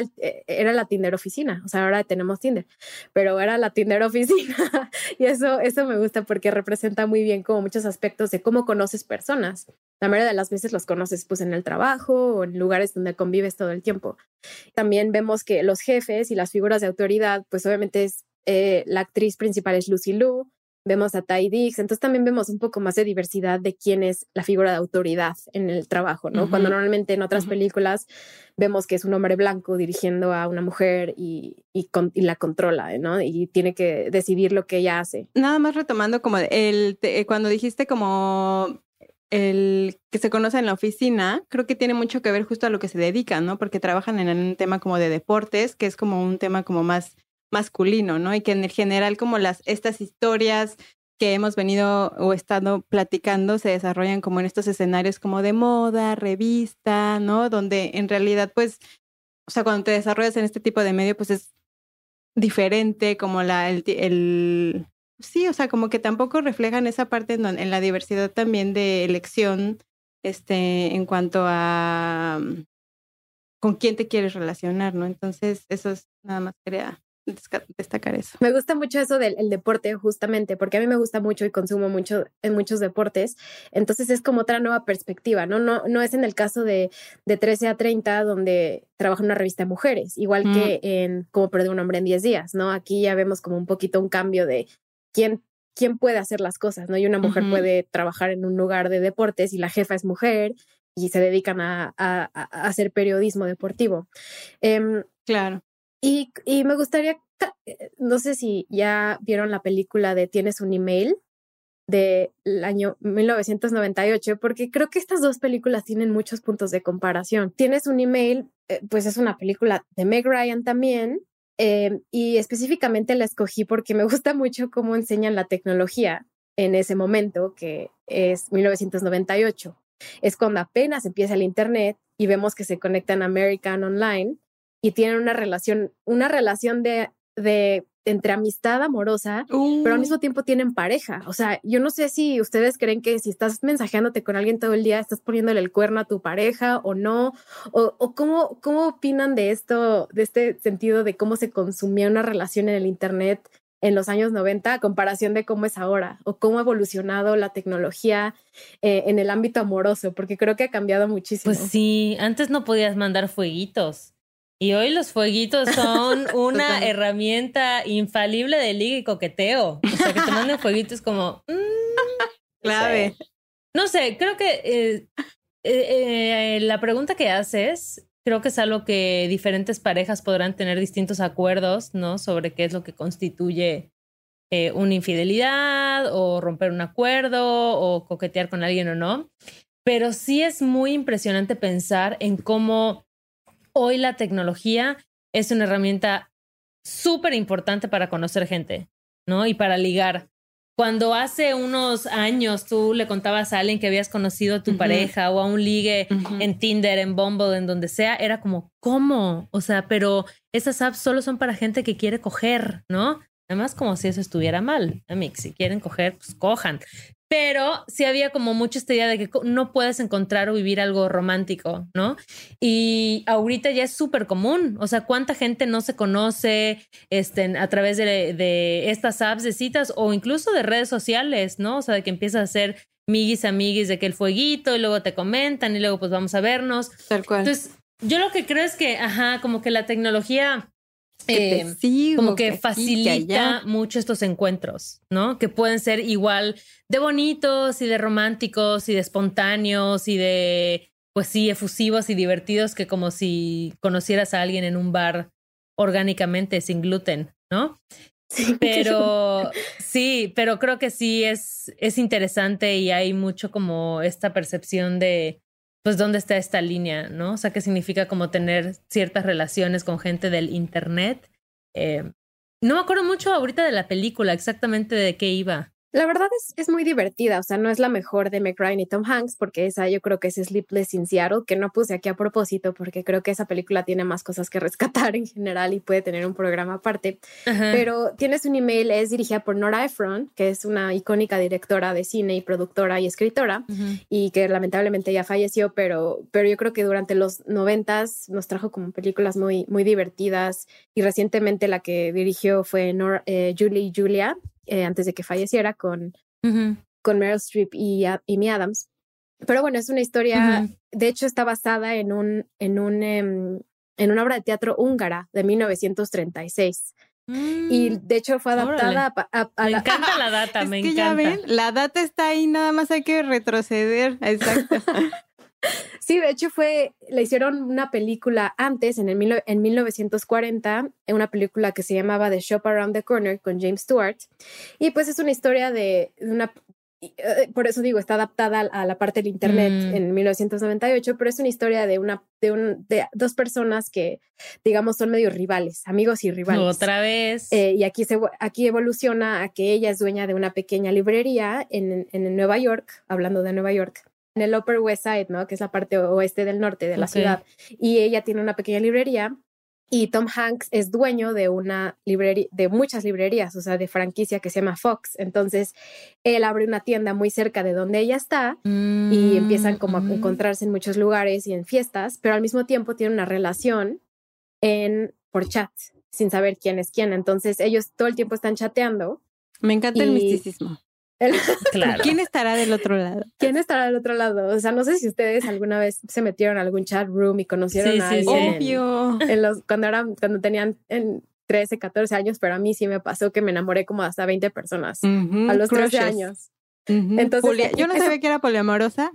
Era la Tinder oficina. O sea, ahora tenemos Tinder, pero era la Tinder oficina. Y eso me gusta porque representa muy bien como muchos aspectos de cómo conoces personas. La mayoría de las veces los conoces pues en el trabajo o en lugares donde convives todo el tiempo. También vemos que los jefes y las figuras de autoridad, pues obviamente la actriz principal es Lucy Liu, vemos a Taye Diggs, entonces también vemos un poco más de diversidad de quién es la figura de autoridad en el trabajo, ¿no? Cuando normalmente en otras películas vemos que es un hombre blanco dirigiendo a una mujer y la controla, ¿no? Y tiene que decidir lo que ella hace. Nada más retomando como cuando dijiste como el que se conoce en la oficina, creo que tiene mucho que ver justo a lo que se dedican, ¿no? Porque trabajan en un tema como de deportes, que es como un tema como más masculino, ¿no? Y que en general como estas historias que hemos venido o estado platicando se desarrollan como en estos escenarios como de moda, revista, ¿no? Donde en realidad pues, o sea, cuando te desarrollas en este tipo de medio pues es diferente como sí, o sea, como que tampoco reflejan esa parte en la diversidad también de elección en cuanto a con quién te quieres relacionar, ¿no? Entonces eso es nada más quería destacar eso. Me gusta mucho eso del deporte justamente porque a mí me gusta mucho y consumo mucho en muchos deportes, entonces es como otra nueva perspectiva, ¿no? No es en el caso de 13 a 30 donde trabaja en una revista de mujeres, igual que en Cómo perder un hombre en 10 días, ¿no? Aquí ya vemos como un poquito un cambio de quién puede hacer las cosas, ¿no? Y una mujer puede trabajar en un lugar de deportes y la jefa es mujer y se dedican a hacer periodismo deportivo. Claro. Y me gustaría, no sé si ya vieron la película de Tienes un email del año 1998, porque creo que estas dos películas tienen muchos puntos de comparación. Tienes un email, pues es una película de Meg Ryan también, y específicamente la escogí porque me gusta mucho cómo enseñan la tecnología en ese momento, que es 1998. Es cuando apenas empieza el internet y vemos que se conectan a American Online y tienen una relación de entre amistad amorosa, pero al mismo tiempo tienen pareja. O sea, yo no sé si ustedes creen que si estás mensajeándote con alguien todo el día, estás poniéndole el cuerno a tu pareja o no, o cómo opinan de esto, de este sentido de cómo se consumía una relación en el internet en los años 90 a comparación de cómo es ahora, o cómo ha evolucionado la tecnología en el ámbito amoroso, porque creo que ha cambiado muchísimo. Pues sí, antes no podías mandar fueguitos. Y hoy los fueguitos son una herramienta infalible de ligue y coqueteo. O sea, que te manden fueguitos como... clave. No sé, creo que la pregunta que haces, creo que es algo que diferentes parejas podrán tener distintos acuerdos, ¿no? Sobre qué es lo que constituye una infidelidad o romper un acuerdo o coquetear con alguien o no. Pero sí es muy impresionante pensar en cómo hoy la tecnología es una herramienta súper importante para conocer gente, ¿no? Y para ligar. Cuando hace unos años tú le contabas a alguien que habías conocido a tu pareja o a un ligue en Tinder, en Bumble, en donde sea, era como, ¿cómo? O sea, pero esas apps solo son para gente que quiere coger, ¿no? Además, como si eso estuviera mal. Amigos, si quieren coger, pues cojan. Pero sí había como mucho esta idea de que no puedes encontrar o vivir algo romántico, ¿no? Y ahorita ya es súper común. O sea, ¿cuánta gente no se conoce a través de estas apps de citas o incluso de redes sociales, ¿no? O sea, de que empiezas a hacer amiguis de que el fueguito y luego te comentan y luego pues vamos a vernos. Tal cual. Entonces, yo lo que creo es que, como que la tecnología... como que facilita mucho estos encuentros, ¿no? Que pueden ser igual de bonitos y de románticos y de espontáneos y de, pues sí, efusivos y divertidos que como si conocieras a alguien en un bar orgánicamente, sin gluten, ¿no? Sí, pero sí, pero creo que sí es interesante y hay mucho como esta percepción de pues dónde está esta línea, ¿no? O sea, qué significa como tener ciertas relaciones con gente del internet. No me acuerdo mucho ahorita de la película, exactamente de qué iba. La verdad es muy divertida, o sea, no es la mejor de Meg Ryan y Tom Hanks, porque esa yo creo que es Sleepless in Seattle, que no puse aquí a propósito, porque creo que esa película tiene más cosas que rescatar en general y puede tener un programa aparte. Pero Tienes un email, es dirigida por Nora Ephron, que es una icónica directora de cine y productora y escritora, y que lamentablemente ya falleció, pero yo creo que durante los 90s nos trajo como películas muy, muy divertidas, y recientemente la que dirigió fue Julie y Julia, antes de que falleciera, con Meryl Streep y Amy Adams. Pero bueno, es una historia, de hecho está basada en una obra de teatro húngara de 1936. Y de hecho fue adaptada me encanta la data, me encanta. Ya ven, la data está ahí, nada más hay que retroceder. Exacto. Sí, de hecho le hicieron una película antes, en 1940, una película que se llamaba The Shop Around the Corner con James Stewart. Y pues es una historia de una... por eso digo, está adaptada a la parte del internet en 1998, pero es una historia de dos personas que, digamos, son medio rivales, amigos y rivales. Otra vez. Y aquí evoluciona a que ella es dueña de una pequeña librería en Nueva York, hablando de Nueva York, en el Upper West Side, ¿no? Que es la parte oeste del norte de la ciudad. Y ella tiene una pequeña librería. Y Tom Hanks es dueño de una librería, de muchas librerías, o sea, de franquicia que se llama Fox. Entonces, él abre una tienda muy cerca de donde ella está y empiezan como a encontrarse en muchos lugares y en fiestas, pero al mismo tiempo tienen una relación por chat, sin saber quién es quién. Entonces, ellos todo el tiempo están chateando. Me encanta el misticismo. Claro. ¿Quién estará del otro lado? ¿Quién estará del otro lado? O sea, no sé si ustedes alguna vez se metieron a algún chat room y conocieron a alguien. Obvio. Cuando tenían 13, 14 años, pero a mí sí me pasó que me enamoré como hasta 20 personas a los 13 años. Entonces, yo no sabía que era poliamorosa.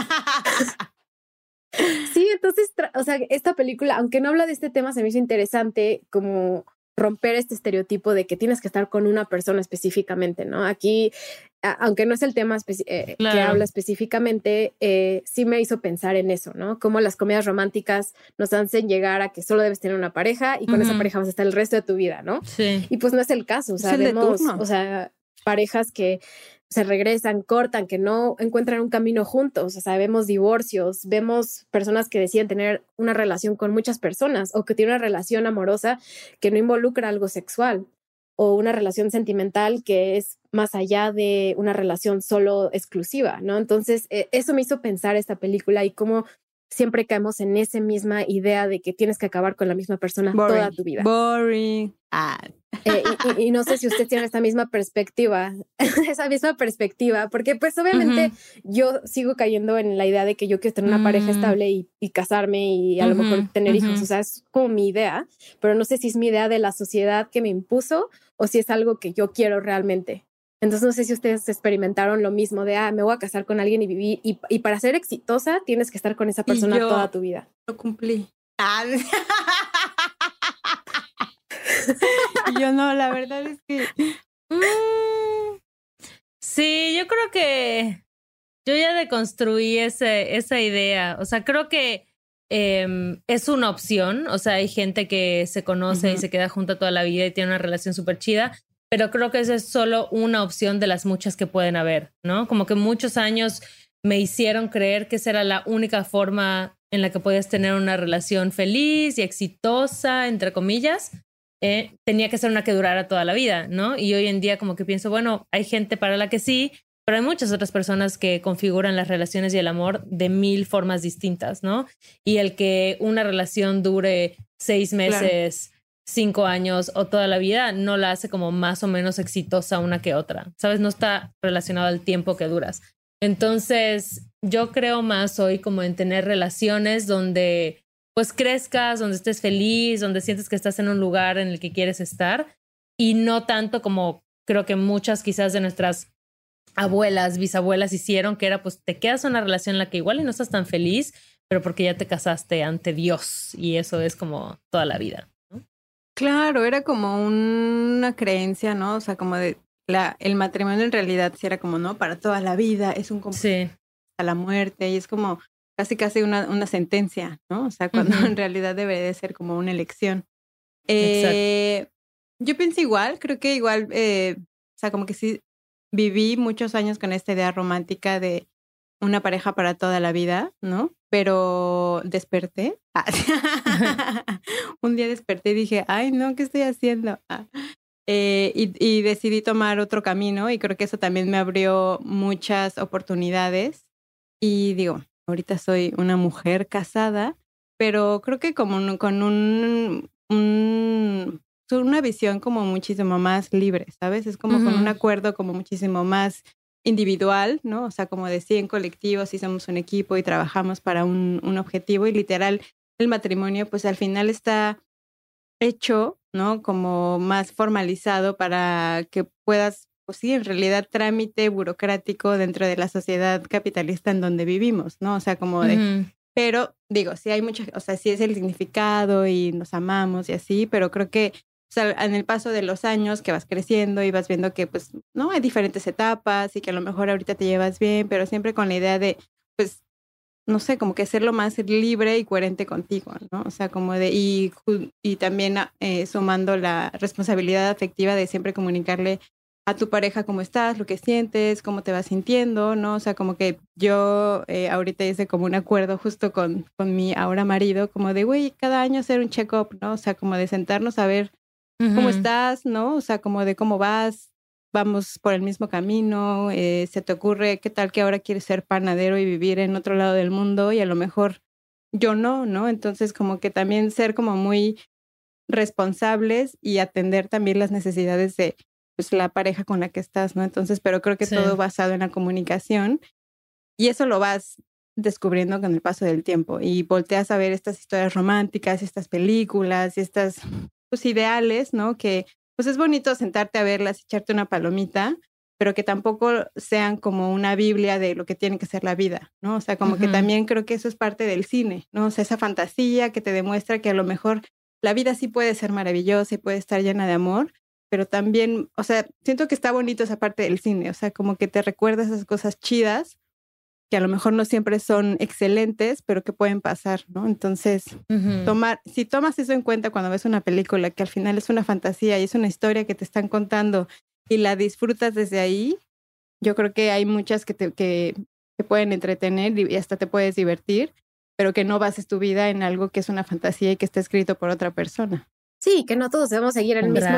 Sí, entonces, o sea, esta película, aunque no habla de este tema, se me hizo interesante como romper este estereotipo de que tienes que estar con una persona específicamente, ¿no? Aquí, aunque no es el tema que habla específicamente, sí me hizo pensar en eso, ¿no? Cómo las comedias románticas nos hacen llegar a que solo debes tener una pareja y con esa pareja vas a estar el resto de tu vida, ¿no? Sí. Y pues no es el caso, o sea, vemos, parejas que se regresan, cortan, que no encuentran un camino juntos. O sea, vemos divorcios, vemos personas que deciden tener una relación con muchas personas o que tienen una relación amorosa que no involucra algo sexual o una relación sentimental que es más allá de una relación solo exclusiva, ¿no? Entonces, eso me hizo pensar esta película y cómo siempre caemos en esa misma idea de que tienes que acabar con la misma persona toda tu vida. Boring. Y no sé si usted tiene esa misma perspectiva, porque pues obviamente yo sigo cayendo en la idea de que yo quiero tener una pareja estable y casarme y a lo mejor tener hijos, o sea, es como mi idea, pero no sé si es mi idea de la sociedad que me impuso o si es algo que yo quiero realmente. Entonces no sé si ustedes experimentaron lo mismo de, me voy a casar con alguien y vivir, y para ser exitosa tienes que estar con esa persona toda tu vida. Lo cumplí. Yo no, la verdad es que Sí, yo creo que yo ya deconstruí esa idea. O sea, creo que es una opción. O sea, hay gente que se conoce y se queda junta toda la vida y tiene una relación súper chida, pero creo que esa es solo una opción de las muchas que pueden haber, ¿no? Como que muchos años me hicieron creer que esa era la única forma en la que podías tener una relación feliz y exitosa, entre comillas. Tenía que ser una que durara toda la vida, ¿no? Y hoy en día como que pienso, bueno, hay gente para la que sí, pero hay muchas otras personas que configuran las relaciones y el amor de 1000 formas distintas, ¿no? Y el que una relación dure 6 meses, claro, 5 años o toda la vida no la hace como más o menos exitosa una que otra, ¿sabes? No está relacionado al tiempo que duras. Entonces, yo creo más hoy como en tener relaciones donde pues crezcas, donde estés feliz, donde sientes que estás en un lugar en el que quieres estar y no tanto como creo que muchas quizás de nuestras abuelas, bisabuelas hicieron, que era pues te quedas en una relación en la que igual y no estás tan feliz, pero porque ya te casaste ante Dios y eso es como toda la vida, ¿no? Claro, era como una creencia, ¿no? O sea, como de el matrimonio en realidad sí era como, ¿no? Para toda la vida, es un compromiso a la muerte y es como casi una sentencia, ¿no? O sea, cuando en realidad debe de ser como una elección. Yo pienso igual, creo que igual, o sea, como que sí viví muchos años con esta idea romántica de una pareja para toda la vida, ¿no? Pero desperté. Un día desperté y dije, ay, no, ¿qué estoy haciendo? Y decidí tomar otro camino y creo que eso también me abrió muchas oportunidades. Y digo, ahorita soy una mujer casada, pero creo que como con una visión como muchísimo más libre, ¿sabes? Es como con un acuerdo como muchísimo más individual, ¿no? O sea, como decía, en colectivo, si somos un equipo y trabajamos para un objetivo y literal el matrimonio, pues al final está hecho, ¿no? Como más formalizado para que puedas, pues sí, en realidad trámite burocrático dentro de la sociedad capitalista en donde vivimos, ¿no? O sea, como de... Pero digo, sí hay mucha, o sea, sí es el significado y nos amamos y así, pero creo que, o sea, en el paso de los años que vas creciendo y vas viendo que, pues, no, hay diferentes etapas y que a lo mejor ahorita te llevas bien, pero siempre con la idea de, pues, no sé, como que ser lo más libre y coherente contigo, ¿no? O sea, como de, y también sumando la responsabilidad afectiva de siempre comunicarle a tu pareja cómo estás, lo que sientes, cómo te vas sintiendo, ¿no? O sea, como que yo ahorita hice como un acuerdo justo con mi ahora marido, como de, güey, cada año hacer un check-up, ¿no? O sea, como de sentarnos a ver cómo estás, ¿no? O sea, como de cómo vas, vamos por el mismo camino, se te ocurre qué tal que ahora quieres ser panadero y vivir en otro lado del mundo y a lo mejor yo no, ¿no? Entonces como que también ser como muy responsables y atender también las necesidades de pues la pareja con la que estás, ¿no? Entonces, pero creo que todo basado en la comunicación y eso lo vas descubriendo con el paso del tiempo y volteas a ver estas historias románticas, estas películas y estas pues ideales, ¿no? Que pues es bonito sentarte a verlas y echarte una palomita, pero que tampoco sean como una biblia de lo que tiene que ser la vida, ¿no? O sea, como que también creo que eso es parte del cine, ¿no? O sea, esa fantasía que te demuestra que a lo mejor la vida sí puede ser maravillosa y puede estar llena de amor, pero también, o sea, siento que está bonito esa parte del cine, o sea, como que te recuerda esas cosas chidas que a lo mejor no siempre son excelentes, pero que pueden pasar, ¿no? Entonces, si tomas eso en cuenta cuando ves una película, que al final es una fantasía y es una historia que te están contando y la disfrutas desde ahí, yo creo que hay muchas que te pueden entretener y hasta te puedes divertir, pero que no bases tu vida en algo que es una fantasía y que está escrito por otra persona. Sí, que no todos debemos seguir el mismo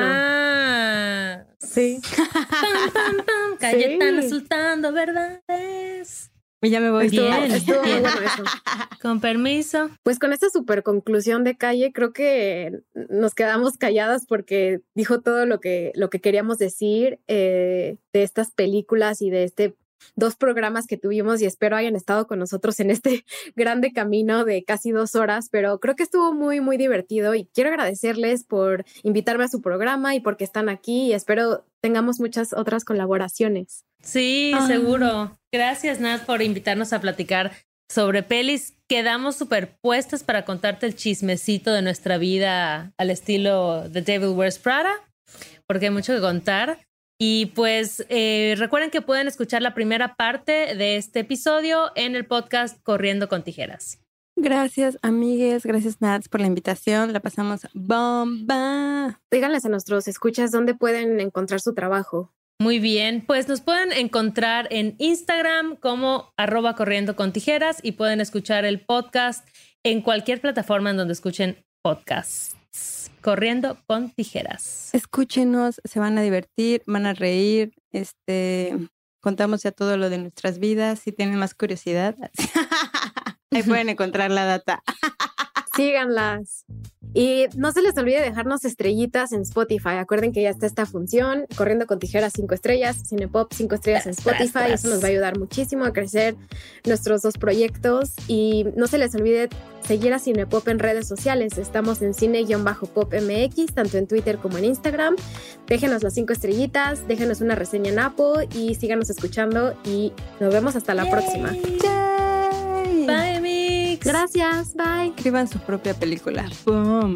camino. Sí. Pam, pam, pam. Cayetana soltando verdades. Y ya me voy. Estuvo muy bueno eso. Con permiso. Pues con esta super conclusión de Calle, creo que nos quedamos calladas porque dijo todo lo que queríamos decir de estas películas y de 2 programas que tuvimos y espero hayan estado con nosotros en este grande camino de casi 2 horas, pero creo que estuvo muy, muy divertido y quiero agradecerles por invitarme a su programa y porque están aquí y espero tengamos muchas otras colaboraciones. Sí, seguro. Gracias, Nat, por invitarnos a platicar sobre pelis. Quedamos superpuestas para contarte el chismecito de nuestra vida al estilo The Devil Wears Prada. porque hay mucho que contar. Y pues recuerden que pueden escuchar la primera parte de este episodio en el podcast Corriendo con Tijeras. Gracias, amigues. Gracias, Nats, por la invitación. La pasamos bomba. Díganles a nuestros escuchas dónde pueden encontrar su trabajo. Muy bien, pues nos pueden encontrar en Instagram como @corriendocontijeras y pueden escuchar el podcast en cualquier plataforma en donde escuchen podcasts. Corriendo con Tijeras. Escúchenos, se van a divertir, van a reír. Contamos ya todo lo de nuestras vidas. Si tienen más curiosidad, ahí pueden encontrar la data. Síganlas. Y no se les olvide dejarnos estrellitas en Spotify. Acuerden que ya está esta función, Corriendo con Tijeras 5 estrellas, Cinepop 5 estrellas en Spotify. Eso nos va a ayudar muchísimo a crecer nuestros 2 proyectos. Y no se les olvide seguir a Cinepop en redes sociales. Estamos en cine-pop MX, tanto en Twitter como en Instagram. Déjenos las 5 estrellitas, déjenos una reseña en Apple y síganos escuchando. Y nos vemos hasta la próxima. Yay. Bye, Mix. Gracias, bye. Escriban su propia película. ¡Boom!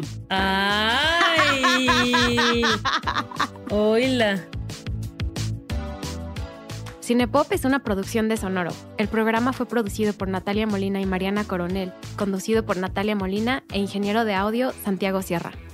¡Ay! Oíla. Cinepop es una producción de Sonoro. El programa fue producido por Natalia Molina y Mariana Coronel, conducido por Natalia Molina e ingeniero de audio Santiago Sierra.